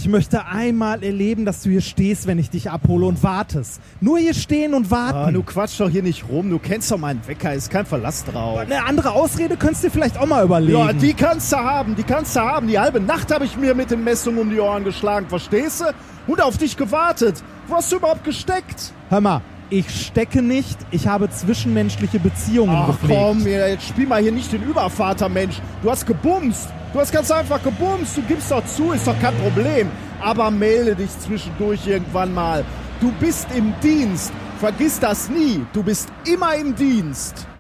Ich möchte einmal erleben, dass du hier stehst, wenn ich dich abhole und wartest. Nur hier stehen und warten. Du quatsch doch hier nicht rum. Du kennst doch meinen Wecker. Ist kein Verlass drauf. Eine andere Ausrede könntest du dir vielleicht auch mal überlegen. Ja, die kannst du haben. Die halbe Nacht habe ich mir mit den Messungen um die Ohren geschlagen. Verstehst du? Und auf dich gewartet. Wo hast du überhaupt gesteckt? Hör mal, ich stecke nicht. Ich habe zwischenmenschliche Beziehungen gepflegt. Komm, jetzt spiel mal hier nicht den Übervater, Mensch. Du hast gebumst. Du hast ganz einfach gebumst. Du gibst doch zu, ist doch kein Problem. Aber melde dich zwischendurch irgendwann mal. Du bist im Dienst. Vergiss das nie. Du bist immer im Dienst.